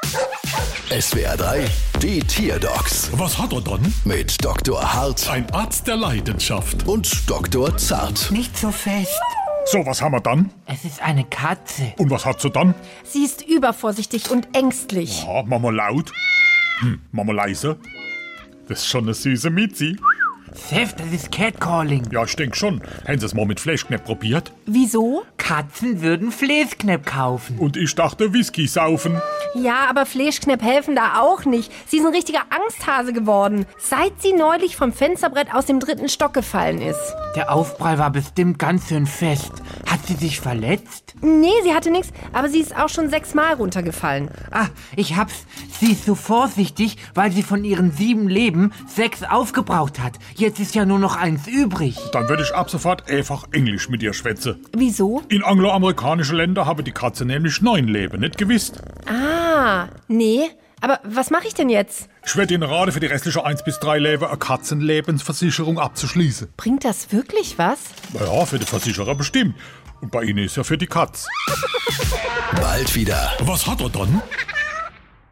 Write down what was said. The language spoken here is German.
SWR 3, die Tierdocs Was hat er dann? mit Dr. Hart Ein Arzt der Leidenschaft. und Dr. Zart. Nicht so fest. So, was haben wir dann? Es ist eine Katze. Und was hat sie dann? Sie ist übervorsichtig und ängstlich. Ah, machen wir laut. Machen wir leise. Das ist schon eine süße Miezi. Seth, das ist Catcalling. Ja, ich denke schon. Haben Sie es mal mit Fleischknepp probiert? Wieso? Katzen würden Fleesknepp kaufen. Und ich dachte, Whisky saufen. Ja, aber Fleischknepp helfen da auch nicht. Sie ist ein richtiger Angsthase geworden, seit sie neulich vom Fensterbrett aus dem 3. Stock gefallen ist. Der Aufprall war bestimmt ganz schön fest. Hat sie sich verletzt? Nee, sie hatte nichts, aber sie ist auch schon 6-mal runtergefallen. Ah, ich hab's. Sie ist so vorsichtig, weil sie von ihren 7 Leben 6 aufgebraucht hat. Jetzt ist ja nur noch 1 übrig. Dann würde ich ab sofort einfach Englisch mit ihr schwätze. Wieso? In angloamerikanische Länder habe die Katze nämlich 9 Leben, nicht gewusst? Ah, nee. Aber was mache ich denn jetzt? Ich werde Ihnen raten, für die restlichen 1 bis 3 Leben eine Katzenlebensversicherung abzuschließen. Bringt das wirklich was? Ja, für die Versicherer bestimmt. Und bei Ihnen ist ja für die Katz. Bald wieder. Was hat er dann?